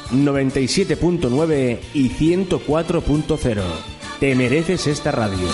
97.9 y 104.0. Te mereces esta radio.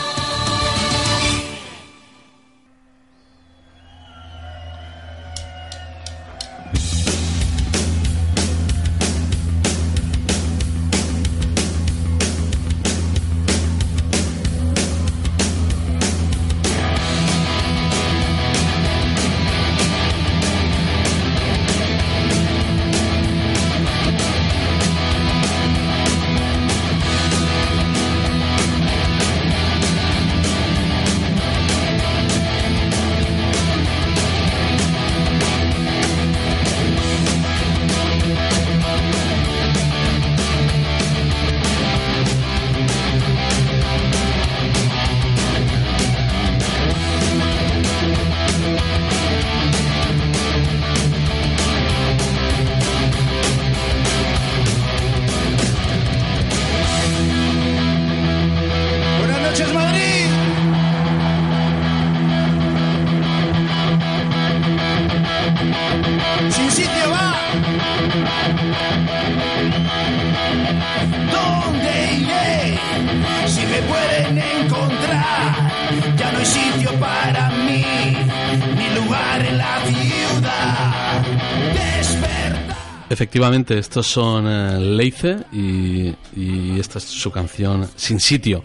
Efectivamente, estos son Leice y esta es su canción Sin Sitio.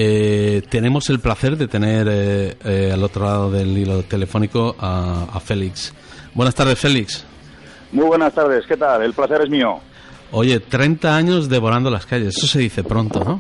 Tenemos el placer de tener al otro lado del hilo telefónico a Félix. Buenas tardes, Félix. Muy buenas tardes, ¿qué tal? El placer es mío. Oye, 30 años devorando las calles, eso se dice pronto, ¿no?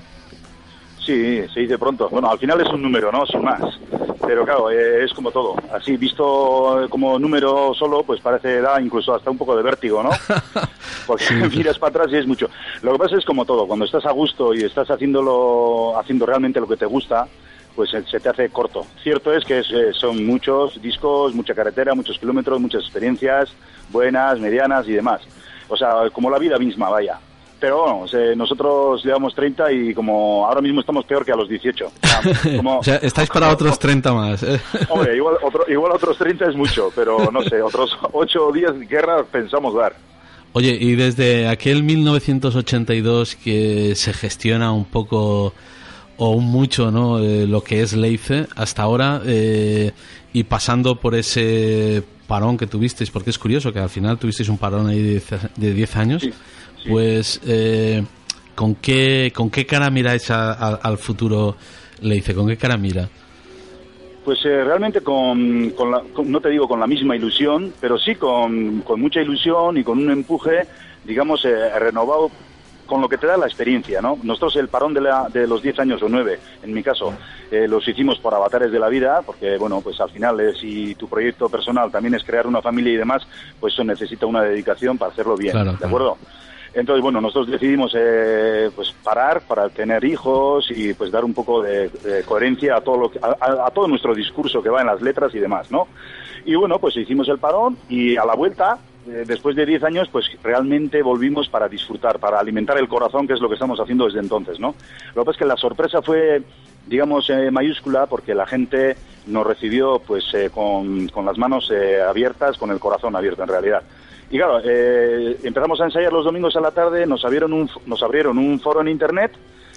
Sí, se dice pronto. Bueno, al final es un número, ¿no? Sin más. Pero claro, es como todo. Así, visto como número solo, pues da incluso hasta un poco de vértigo, ¿no? Porque sí, miras para atrás y es mucho. Lo que pasa es como todo. Cuando estás a gusto y estás haciendo realmente lo que te gusta, pues se te hace corto. Cierto es que son muchos discos, mucha carretera, muchos kilómetros, muchas experiencias buenas, medianas y demás. O sea, como la vida misma, vaya. Pero bueno, nosotros llevamos 30 y como ahora mismo estamos peor que a los 18. O sea, estáis para otros 30 más. Hombre, igual otros 30 es mucho, pero no sé, otros 8 o 10 guerras pensamos dar. Oye, y desde aquel 1982 que se gestiona un poco o un mucho, ¿no? Lo que es Leice hasta ahora, y pasando por ese parón que tuvisteis, porque es curioso que al final tuvisteis un parón ahí de 10 años. Sí. Sí. Pues, ¿con qué cara miráis al futuro, Leice? ¿Con qué cara mira? Pues realmente no te digo con la misma ilusión, pero sí con mucha ilusión y con un empuje, digamos, renovado con lo que te da la experiencia, ¿no? Nosotros el parón de los 10 años o 9, en mi caso, los hicimos por avatares de la vida, porque, bueno, pues al final, si tu proyecto personal también es crear una familia y demás, pues eso necesita una dedicación para hacerlo bien, claro, ¿de acuerdo? Entonces, bueno, nosotros decidimos pues parar para tener hijos y pues dar un poco de coherencia a todo nuestro discurso que va en las letras y demás, ¿no? Y bueno, pues hicimos el parón y a la vuelta, después de 10 años, pues realmente volvimos para disfrutar, para alimentar el corazón, que es lo que estamos haciendo desde entonces, ¿no? Lo que pasa es que la sorpresa fue, digamos, mayúscula, porque la gente nos recibió pues con las manos abiertas, con el corazón abierto en realidad. Y claro, empezamos a ensayar los domingos a la tarde, nos abrieron un foro en internet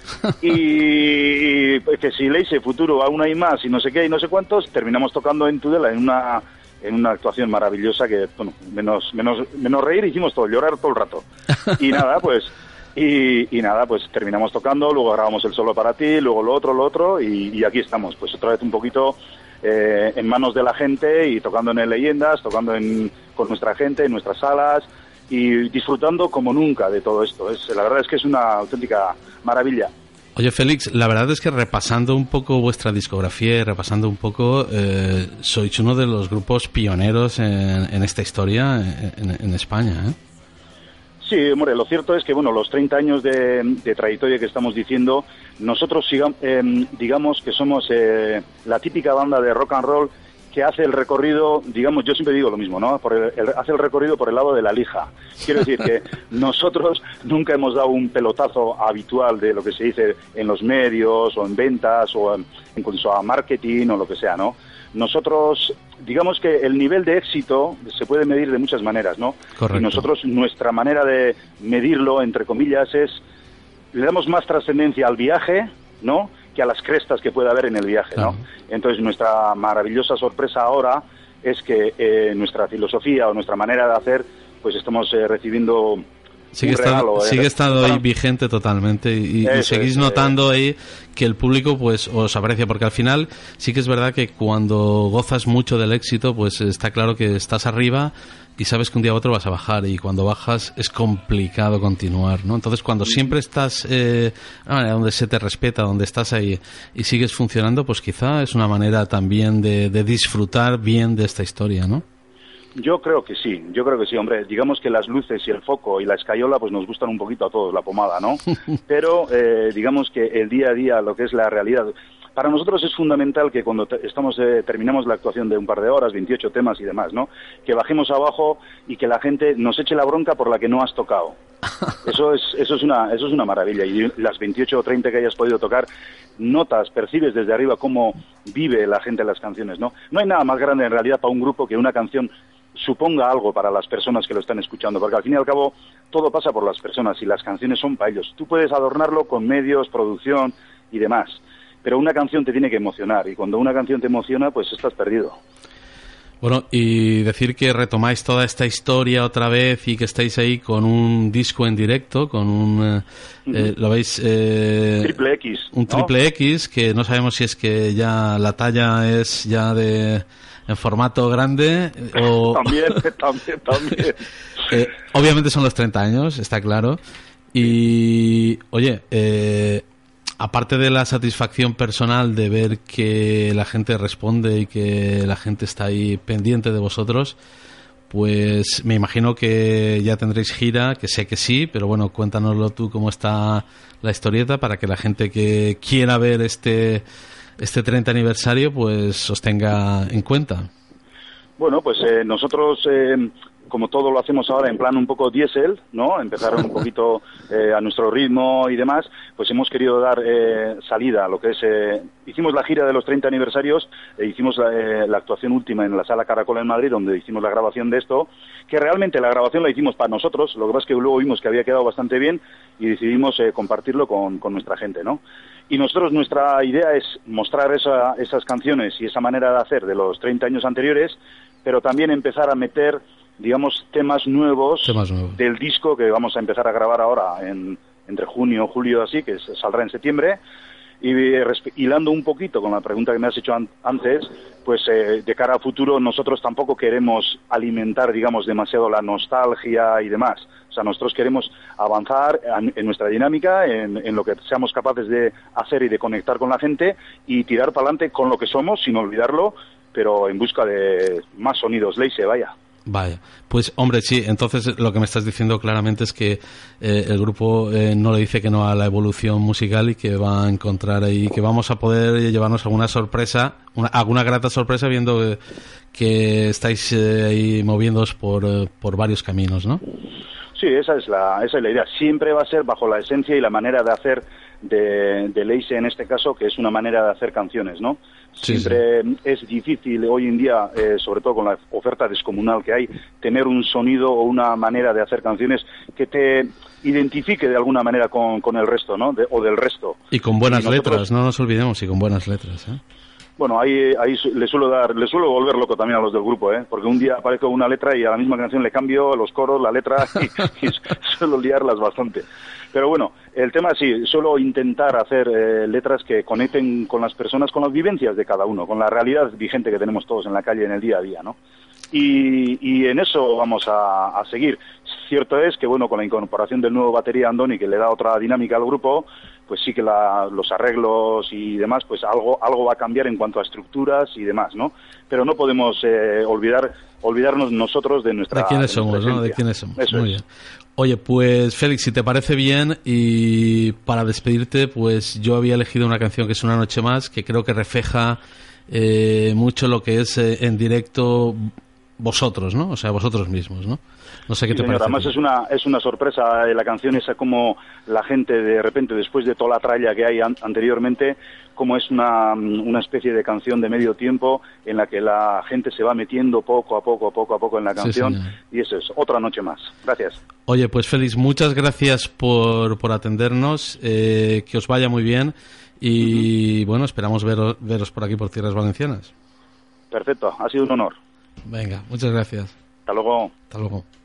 y que si Leice Futuro aún hay más y no sé qué y no sé cuántos, terminamos tocando en Tudela en una actuación maravillosa que, bueno, menos reír, hicimos todo, llorar todo el rato. Y nada, pues terminamos tocando, luego grabamos el Solo para ti, luego lo otro y aquí estamos, pues otra vez un poquito en manos de la gente y tocando en Leyendas, tocando con nuestra gente, en nuestras salas y disfrutando como nunca de todo esto. La verdad es que es una auténtica maravilla. Oye, Félix, la verdad es que repasando un poco vuestra discografía y repasando un poco, sois uno de los grupos pioneros en esta historia en España, ¿eh? Sí, hombre, lo cierto es que, bueno, los 30 años de trayectoria que estamos diciendo, nosotros digamos que somos la típica banda de rock and roll que hace el recorrido, digamos, yo siempre digo lo mismo, ¿no? Hace el recorrido por el lado de la lija. Quiero decir que nosotros nunca hemos dado un pelotazo habitual de lo que se dice en los medios o en ventas o en cuanto a marketing o lo que sea, ¿no? Nosotros, digamos que el nivel de éxito se puede medir de muchas maneras, ¿no? Correcto. Y nosotros, nuestra manera de medirlo, entre comillas, le damos más trascendencia al viaje, ¿no?, que a las crestas que puede haber en el viaje, ¿no? Entonces, nuestra maravillosa sorpresa ahora es que nuestra filosofía o nuestra manera de hacer, pues estamos recibiendo sigue estando ahí vigente totalmente y seguís notando ahí que el público pues os aprecia, porque al final sí que es verdad que cuando gozas mucho del éxito, pues está claro que estás arriba y sabes que un día u otro vas a bajar, y cuando bajas es complicado continuar, ¿no? Entonces, cuando siempre estás donde se te respeta, donde estás ahí y sigues funcionando, pues quizá es una manera también de disfrutar bien de esta historia, ¿no? Yo creo que sí, hombre. Digamos que las luces y el foco y la escayola pues nos gustan un poquito a todos, la pomada, ¿no? Pero digamos que el día a día, lo que es la realidad, para nosotros es fundamental que cuando terminamos la actuación de un par de horas, 28 temas y demás, ¿no?, que bajemos abajo y que la gente nos eche la bronca por la que no has tocado. Eso es una maravilla. Y las 28 o 30 que hayas podido tocar, percibes desde arriba cómo vive la gente las canciones, ¿no? No hay nada más grande en realidad para un grupo que una canción suponga algo para las personas que lo están escuchando, porque al fin y al cabo todo pasa por las personas y las canciones son para ellos. Tú puedes adornarlo con medios, producción y demás, pero una canción te tiene que emocionar, y cuando una canción te emociona, pues estás perdido. Bueno, y decir que retomáis toda esta historia otra vez y que estáis ahí con un disco en directo, con un... ¿lo veis? Triple X. Un Triple X, que no sabemos si es que ya la talla es ya en formato grande o... También. Obviamente son los 30 años, está claro. Y, oye, aparte de la satisfacción personal de ver que la gente responde y que la gente está ahí pendiente de vosotros, pues me imagino que ya tendréis gira, que sé que sí, pero bueno, cuéntanoslo tú cómo está la historieta para que la gente que quiera ver este 30 aniversario pues os tenga en cuenta. Bueno, pues nosotros... como todo lo hacemos ahora en plan un poco diésel, ¿no? Empezar un poquito a nuestro ritmo y demás, pues hemos querido dar salida a lo que es... hicimos la gira de los 30 aniversarios, hicimos la actuación última en la Sala Caracol en Madrid, donde hicimos la grabación de esto, que realmente la grabación la hicimos para nosotros, lo que pasa es que luego vimos que había quedado bastante bien y decidimos compartirlo con nuestra gente, ¿no? Y nosotros, nuestra idea es mostrar esas canciones y esa manera de hacer de los 30 años anteriores, pero también empezar a meter, digamos, temas nuevos del disco que vamos a empezar a grabar ahora entre junio, julio, así, que saldrá en septiembre. Y hilando un poquito con la pregunta que me has hecho antes, pues de cara a futuro nosotros tampoco queremos alimentar, digamos, demasiado la nostalgia y demás. O sea, nosotros queremos avanzar en nuestra dinámica, en lo que seamos capaces de hacer y de conectar con la gente y tirar para adelante con lo que somos, sin olvidarlo, pero en busca de más sonidos. Leise, vaya. Vaya, pues hombre, sí, entonces lo que me estás diciendo claramente es que el grupo no le dice que no a la evolución musical y que va a encontrar ahí, que vamos a poder llevarnos alguna sorpresa, alguna grata sorpresa viendo que estáis ahí moviéndoos por varios caminos, ¿no? Sí, esa es la idea. Siempre va a ser bajo la esencia y la manera de hacer de Leise en este caso, que es una manera de hacer canciones, ¿no? Siempre es difícil hoy en día, sobre todo con la oferta descomunal que hay, tener un sonido o una manera de hacer canciones que te identifique de alguna manera con el resto, ¿no? O del resto. Y con buenas letras, no nos olvidemos, y con buenas letras, ¿eh? Bueno, ahí le suelo volver loco también a los del grupo, porque un día aparezco una letra y a la misma canción le cambio los coros, la letra y suelo liarlas bastante. Pero bueno, el tema sí, suelo intentar hacer letras que conecten con las personas, con las vivencias de cada uno, con la realidad vigente que tenemos todos en la calle, en el día a día, ¿no? Y en eso vamos a seguir. Cierto es que, bueno, con la incorporación del nuevo batería Andoni, que le da otra dinámica al grupo, pues sí que los arreglos y demás, pues algo va a cambiar en cuanto a estructuras y demás, ¿no? Pero no podemos olvidarnos nosotros de nuestra... De quiénes somos, ¿no? De quiénes somos. Eso Muy bien. Oye, pues Félix, si te parece bien, y para despedirte, pues yo había elegido una canción que es Una noche más, que creo que refleja mucho lo que es en directo vosotros, ¿no? O sea, vosotros mismos, ¿no? No sé qué te parece. Además es una sorpresa la canción esa, como la gente de repente, después de toda la tralla que hay anteriormente, como es una especie de canción de medio tiempo en la que la gente se va metiendo poco a poco en la canción, sí, y eso es otra noche más. Gracias. Oye, pues Félix, muchas gracias por atendernos, que os vaya muy bien y bueno, esperamos veros por aquí por tierras valencianas. Perfecto, ha sido un honor. Venga, muchas gracias. Hasta luego. Hasta luego.